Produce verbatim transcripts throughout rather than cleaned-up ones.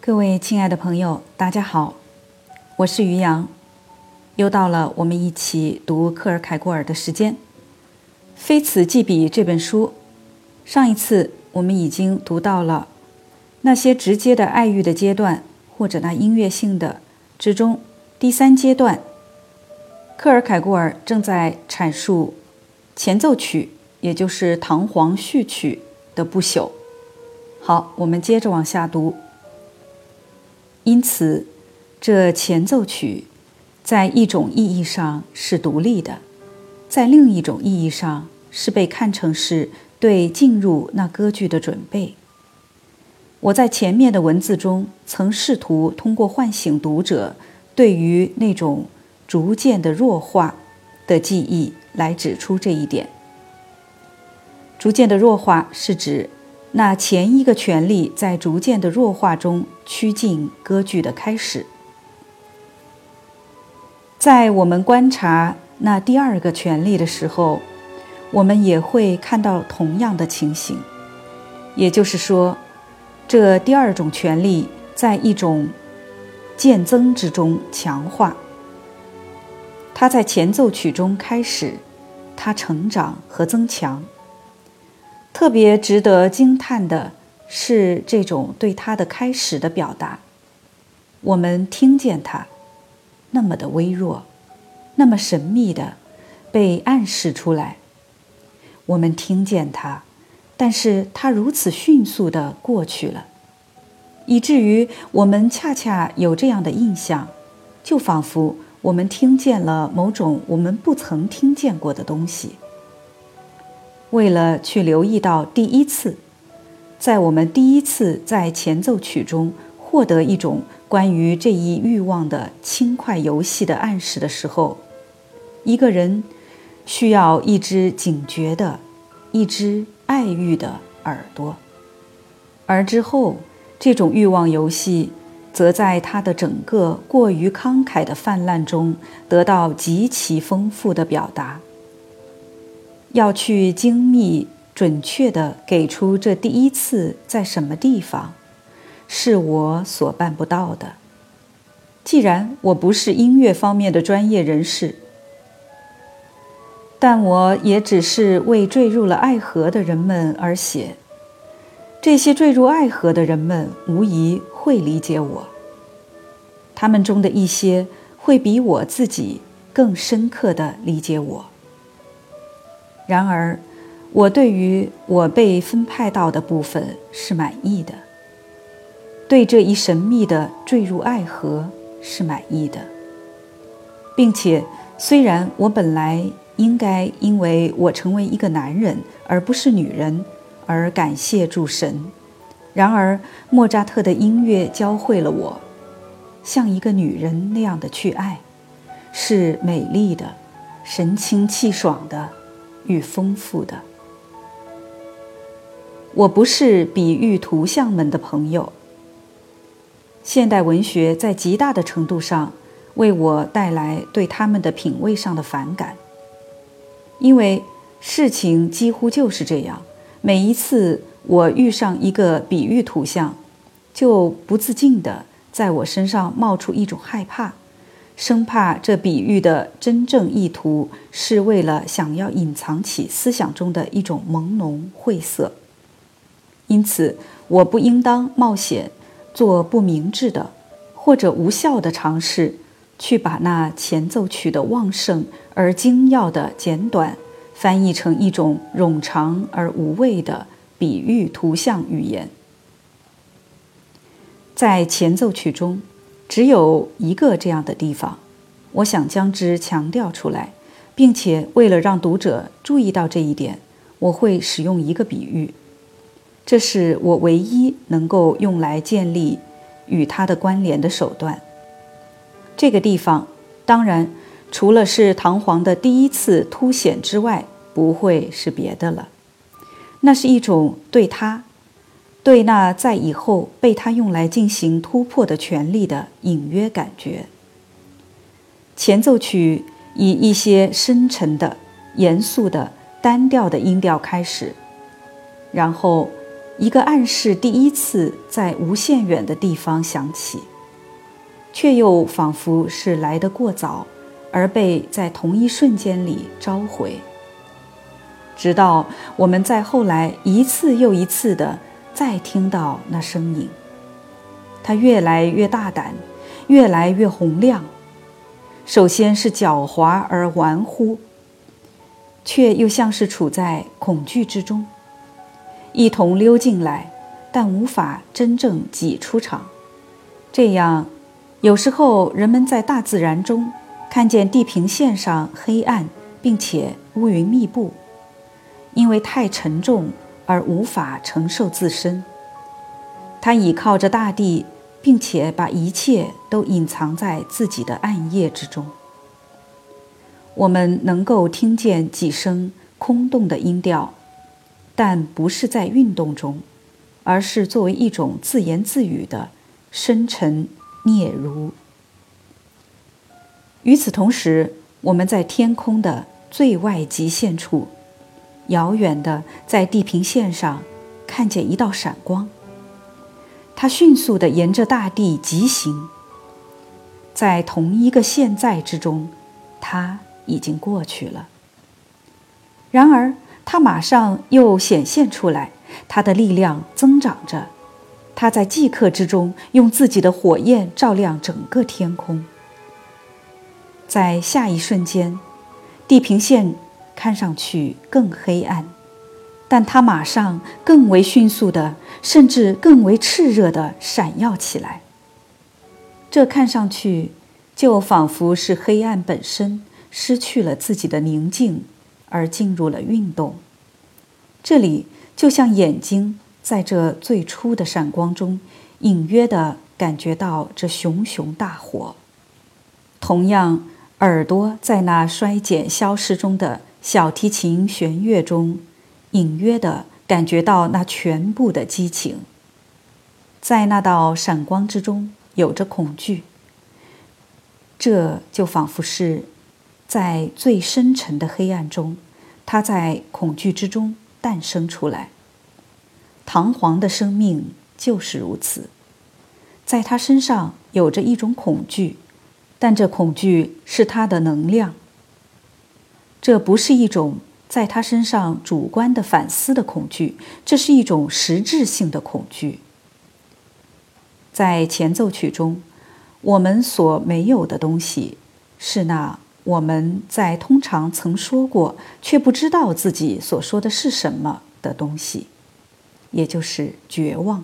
各位亲爱的朋友，大家好，我是于洋，又到了我们一起读克尔凯郭尔的时间。《非此即彼》这本书，上一次我们已经读到了那些直接的爱欲的阶段，或者那音乐性的之中第三阶段，克尔凯郭尔正在阐述前奏曲，也就是唐璜序曲的不朽。好，我们接着往下读。因此，这前奏曲在一种意义上是独立的，在另一种意义上是被看成是对进入那歌剧的准备。我在前面的文字中曾试图通过唤醒读者对于那种逐渐的弱化的记忆来指出这一点。逐渐的弱化是指那前一个权力在逐渐的弱化中趋近歌剧的开始。在我们观察那第二个权力的时候，我们也会看到同样的情形，也就是说，这第二种权力在一种渐增之中强化。它在前奏曲中开始，它成长和增强。特别值得惊叹的是这种对它的开始的表达。我们听见它那么的微弱，那么神秘的被暗示出来。我们听见它，但是它如此迅速地过去了，以至于我们恰恰有这样的印象，就仿佛我们听见了某种我们不曾听见过的东西。为了去留意到第一次，在我们第一次在前奏曲中获得一种关于这一欲望的轻快游戏的暗示的时候，一个人需要一只警觉的、一只爱欲的耳朵，而之后这种欲望游戏则在它的整个过于慷慨的泛滥中得到极其丰富的表达。要去精密准确地给出这第一次在什么地方，是我所办不到的。既然我不是音乐方面的专业人士，但我也只是为坠入了爱河的人们而写。这些坠入爱河的人们无疑会理解我，他们中的一些会比我自己更深刻地理解我。然而，我对于我被分派到的部分是满意的，对这一神秘的坠入爱河是满意的，并且虽然我本来应该因为我成为一个男人而不是女人而感谢诸神，然而莫扎特的音乐教会了我，像一个女人那样的去爱，是美丽的、神清气爽的与丰富的。我不是比喻图像们的朋友。现代文学在极大的程度上为我带来对他们的品味上的反感，因为事情几乎就是这样，每一次我遇上一个比喻图像，就不自禁地在我身上冒出一种害怕，生怕这比喻的真正意图是为了想要隐藏起思想中的一种朦胧晦涩。因此，我不应当冒险做不明智的或者无效的尝试，去把那前奏曲的旺盛而精要的简短翻译成一种冗长而无味的比喻图像语言。在前奏曲中，只有一个这样的地方，我想将之强调出来，并且为了让读者注意到这一点，我会使用一个比喻。这是我唯一能够用来建立与它的关联的手段。这个地方，当然，除了是唐璜的第一次凸显之外，不会是别的了。那是一种对他对那在以后被他用来进行突破的权利的隐约感觉。前奏曲以一些深沉的、严肃的、单调的音调开始，然后一个暗示第一次在无限远的地方响起，却又仿佛是来得过早，而被在同一瞬间里召回。直到我们在后来一次又一次地再听到那声音，它越来越大胆，越来越洪亮。首先是狡猾而玩忽，却又像是处在恐惧之中，一同溜进来，但无法真正挤出场。这样，有时候人们在大自然中看见地平线上黑暗，并且乌云密布，因为太沉重而无法承受自身。它倚靠着大地，并且把一切都隐藏在自己的暗夜之中。我们能够听见几声空洞的音调，但不是在运动中，而是作为一种自言自语的深沉嗫嚅。与此同时，我们在天空的最外极限处，遥远的在地平线上看见一道闪光，它迅速地沿着大地疾行，在同一个现在之中，它已经过去了。然而它马上又显现出来，它的力量增长着，它在即刻之中用自己的火焰照亮整个天空。在下一瞬间，地平线看上去更黑暗，但它马上更为迅速的，甚至更为炽热的闪耀起来。这看上去就仿佛是黑暗本身失去了自己的宁静，而进入了运动。这里就像眼睛在这最初的闪光中隐约地感觉到这熊熊大火，同样耳朵在那衰减消失中的小提琴弦乐中隐约地感觉到那全部的激情。在那道闪光之中有着恐惧，这就仿佛是在最深沉的黑暗中，它在恐惧之中诞生出来。唐璜的生命就是如此，在他身上有着一种恐惧，但这恐惧是他的能量。这不是一种在他身上主观的反思的恐惧，这是一种实质性的恐惧。在前奏曲中，我们所没有的东西，是那我们在通常曾说过却不知道自己所说的是什么的东西，也就是绝望。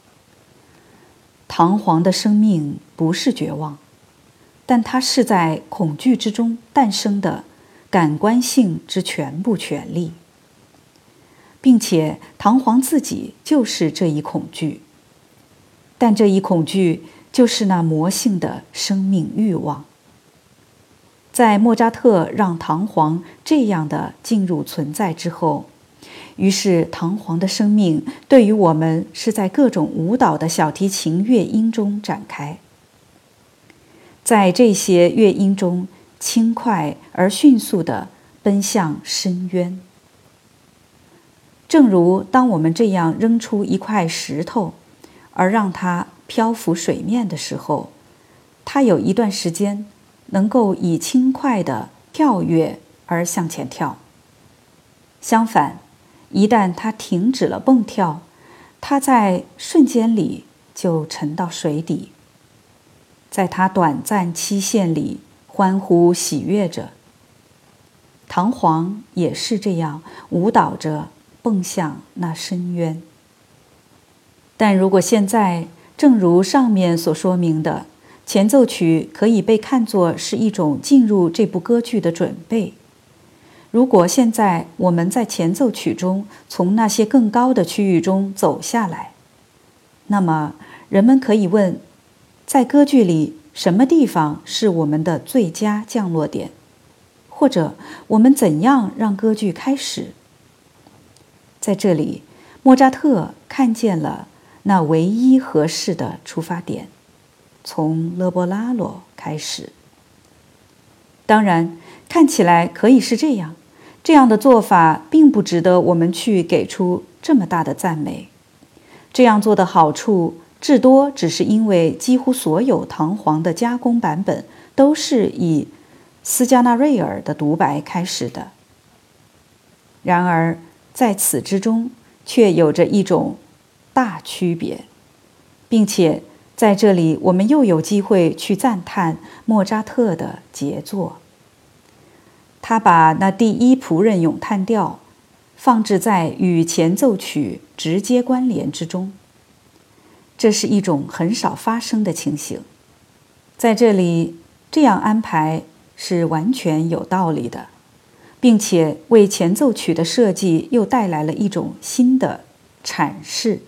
唐璜的生命不是绝望，但它是在恐惧之中诞生的感官性之全部权利，并且唐璜自己就是这一恐惧，但这一恐惧就是那魔性的生命欲望。在莫扎特让唐璜这样的进入存在之后，于是唐璜的生命对于我们是在各种舞蹈的小提琴乐音中展开。在这些乐音中，轻快而迅速地奔向深渊。正如当我们这样扔出一块石头，而让它漂浮水面的时候，它有一段时间能够以轻快的跳跃而向前跳。相反，一旦它停止了蹦跳，它在瞬间里就沉到水底，在它短暂期限里欢呼喜悦着。唐璜也是这样舞蹈着蹦向那深渊。但如果现在正如上面所说明的，前奏曲可以被看作是一种进入这部歌剧的准备。如果现在我们在前奏曲中从那些更高的区域中走下来，那么人们可以问，在歌剧里什么地方是我们的最佳降落点？或者我们怎样让歌剧开始？在这里，莫扎特看见了那唯一合适的出发点，从勒波拉罗开始。当然，看起来可以是这样，这样的做法并不值得我们去给出这么大的赞美。 这样做的好处至多只是因为几乎所有唐璜的加工版本都是以斯加纳瑞尔的独白开始的。然而在此之中却有着一种大区别，并且在这里我们又有机会去赞叹莫扎特的杰作。他把那第一仆人咏叹调放置在与前奏曲直接关联之中，这是一种很少发生的情形。在这里这样安排是完全有道理的，并且为前奏曲的设计又带来了一种新的阐释。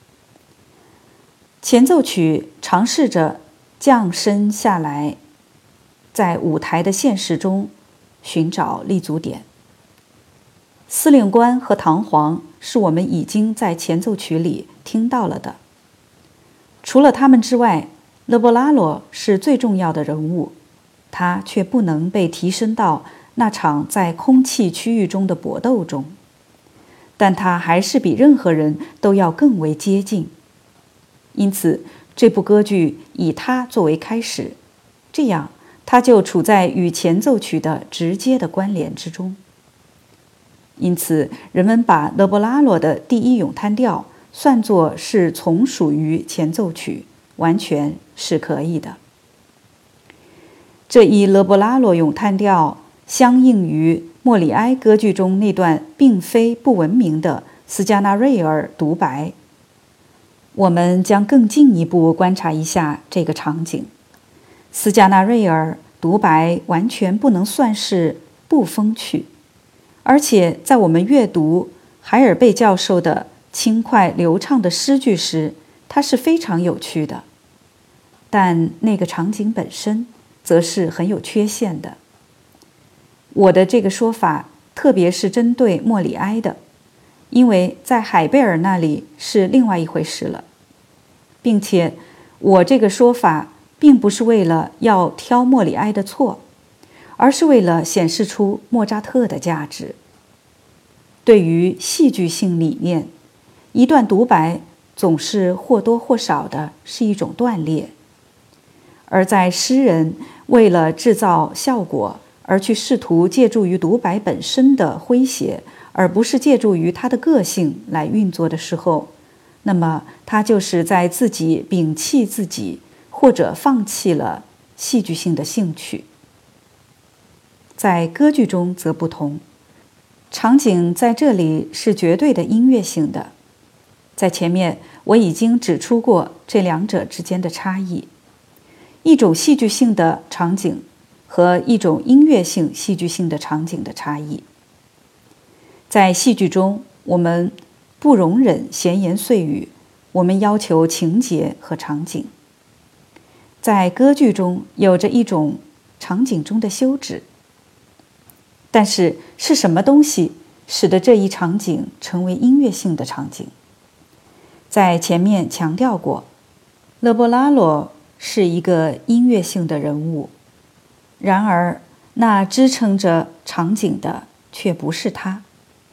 前奏曲尝试着降深下来，在舞台的现实中寻找立足点。司令官和唐璜是我们已经在前奏曲里听到了的。除了他们之外，勒波拉罗是最重要的人物，他却不能被提升到那场在空气区域中的搏斗中，但他还是比任何人都要更为接近。因此这部歌剧以他作为开始，这样他就处在与前奏曲的直接的关联之中。因此人们把勒波拉罗的第一咏叹调算作是从属于前奏曲，完全是可以的。这一勒波拉罗咏叹调相应于莫里埃歌剧中那段并非不闻名的斯加纳瑞尔独白。我们将更进一步观察一下这个场景。斯加纳瑞尔独白完全不能算是不风趣，而且在我们阅读海尔贝教授的轻快流畅的诗句时，它是非常有趣的。但那个场景本身则是很有缺陷的。我的这个说法特别是针对莫里埃的，因为在海贝尔那里是另外一回事了，并且我这个说法并不是为了要挑莫里埃的错，而是为了显示出莫扎特的价值。对于戏剧性理念，一段独白总是或多或少的是一种断裂，而在诗人为了制造效果而去试图借助于独白本身的诙谐，而不是借助于他的个性来运作的时候，那么他就是在自己摒弃自己，或者放弃了戏剧性的兴趣。在歌剧中则不同，场景在这里是绝对的音乐性的。在前面我已经指出过这两者之间的差异，一种戏剧性的场景和一种音乐性戏剧性的场景的差异。在戏剧中，我们不容忍闲言碎语，我们要求情节和场景。在歌剧中有着一种场景中的休止。但是是什么东西使得这一场景成为音乐性的场景？在前面强调过，勒波拉罗是一个音乐性的人物，然而那支撑着场景的却不是他。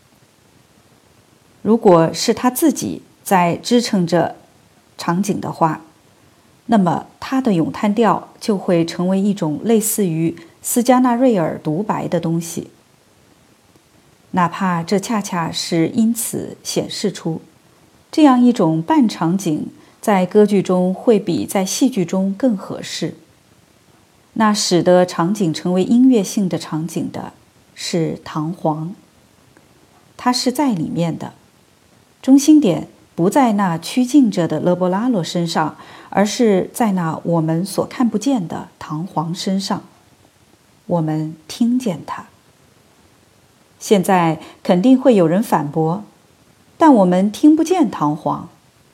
如果是他自己在支撑着场景的话，那么他的咏叹调就会成为一种类似于斯加纳瑞尔独白的东西，哪怕这恰恰是因此显示出这样一种半场景在歌剧中会比在戏剧中更合适。那使得场景成为音乐性的场景的是唐璜，它是在里面的，中心点不在那趋近着的勒波拉罗身上，而是在那我们所看不见的唐璜身上。我们听见它。现在肯定会有人反驳，但我们听不见唐璜。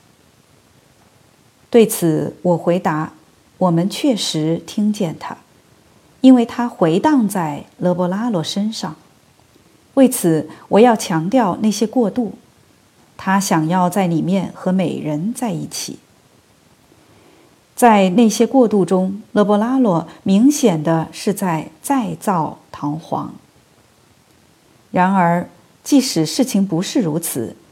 对此我回答，我们确实听见它，因为它回荡在勒波拉罗身上。为此我要强调那些过渡，他想要在里面和美人在一起。在那些过渡中，勒波拉罗明显的是在再造唐璜。然而即使事情不是如此，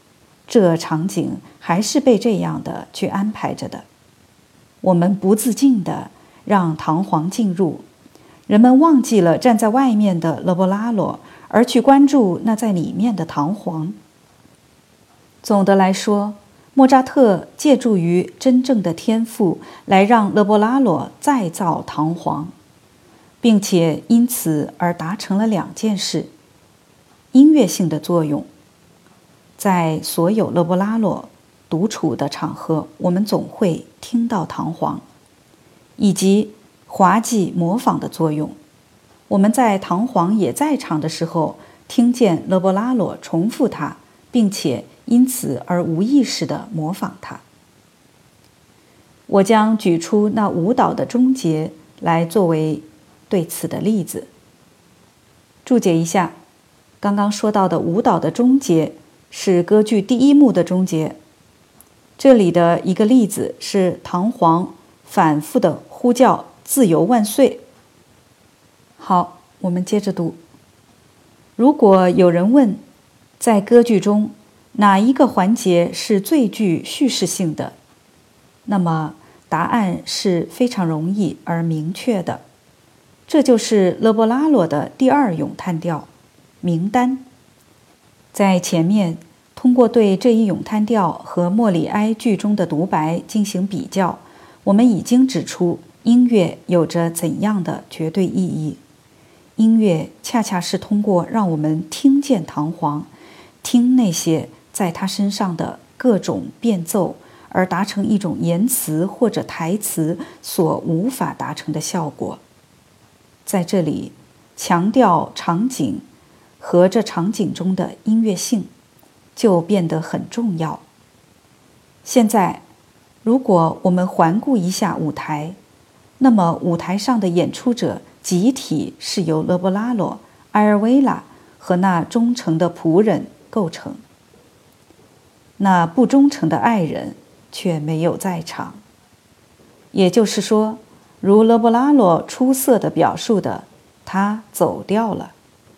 这场景还是被这样的去安排着的。我们不自禁地让唐璜进入，人们忘记了站在外面的勒波拉罗，而去关注那在里面的唐璜。总的来说，莫扎特借助于真正的天赋来让勒波拉罗再造唐璜，并且因此而达成了两件事：音乐性的作用，在所有勒波拉罗独处的场合，我们总会听到唐璜，以及滑稽模仿的作用。我们在唐璜也在场的时候，听见勒波拉罗重复它，并且因此而无意识地模仿它。我将举出那舞蹈的终结来作为对此的例子。注解一下，刚刚说到的舞蹈的终结是歌剧第一幕的终结。这里的一个例子是唐璜反复地呼叫自由万岁。好，我们接着读。如果有人问，在歌剧中哪一个环节是最具叙事性的，那么答案是非常容易而明确的，这就是勒波拉罗的第二咏叹调名单。在前面通过对这一咏叹调和莫里埃剧中的独白进行比较，我们已经指出音乐有着怎样的绝对意义。音乐恰恰是通过让我们听见唐璜，听那些在他身上的各种变奏，而达成一种言辞或者台词所无法达成的效果。在这里，强调场景和这场景中的音乐性就变得很重要。现在，如果我们环顾一下舞台，那么舞台上的演出者集体是由勒波拉罗、埃尔维拉和那忠诚的仆人构成。那不忠诚的爱人却没有在场。也就是说，如勒波拉罗出色地表述的，他走掉了。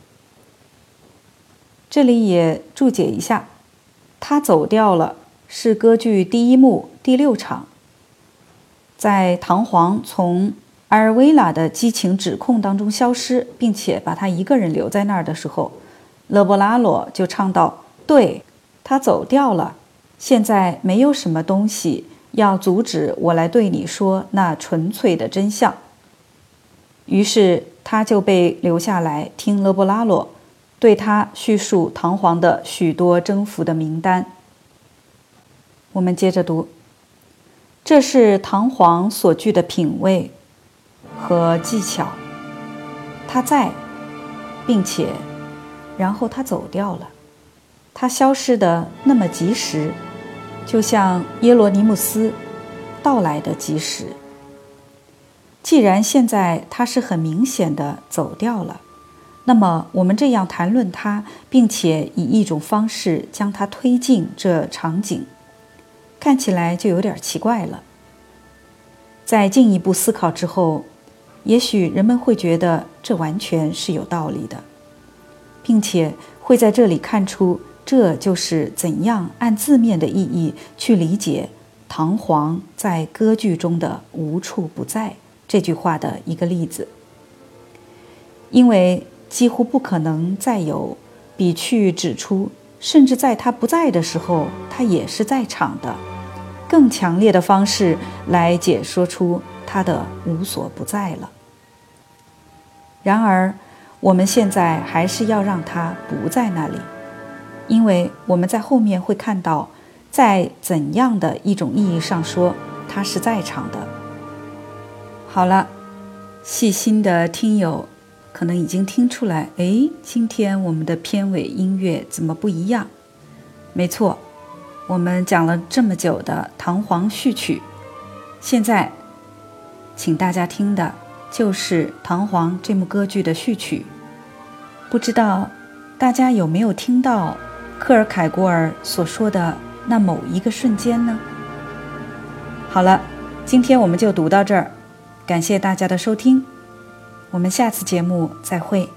这里也注解一下，他走掉了是歌剧第一幕第六场。在唐璜从埃尔维拉的激情指控当中消失，并且把他一个人留在那儿的时候，勒波拉罗就唱道：对，他走掉了，现在没有什么东西要阻止我来对你说那纯粹的真相。于是他就被留下来听勒波拉罗对他叙述唐璜的许多征服的名单。我们接着读，这是唐璜所具的品味和技巧。他在，并且然后他走掉了，他消失得那么及时，就像耶罗尼姆斯到来的及时。既然现在他是很明显的走掉了，那么我们这样谈论他，并且以一种方式将他推进这场景，看起来就有点奇怪了。在进一步思考之后，也许人们会觉得这完全是有道理的，并且会在这里看出这就是怎样按字面的意义去理解唐璜在歌剧中的无处不在这句话的一个例子。因为几乎不可能再有比去指出甚至在他不在的时候他也是在场的更强烈的方式来解说出他的无所不在了。然而我们现在还是要让他不在那里，因为我们在后面会看到，在怎样的一种意义上说他是在场的。好了，细心的听友可能已经听出来，诶，今天我们的片尾音乐怎么不一样？没错，我们讲了这么久的唐璜序曲，现在请大家听的就是唐璜这幕歌剧的序曲。不知道大家有没有听到克尔凯郭尔所说的那某一个瞬间呢？好了，今天我们就读到这儿，感谢大家的收听，我们下次节目再会。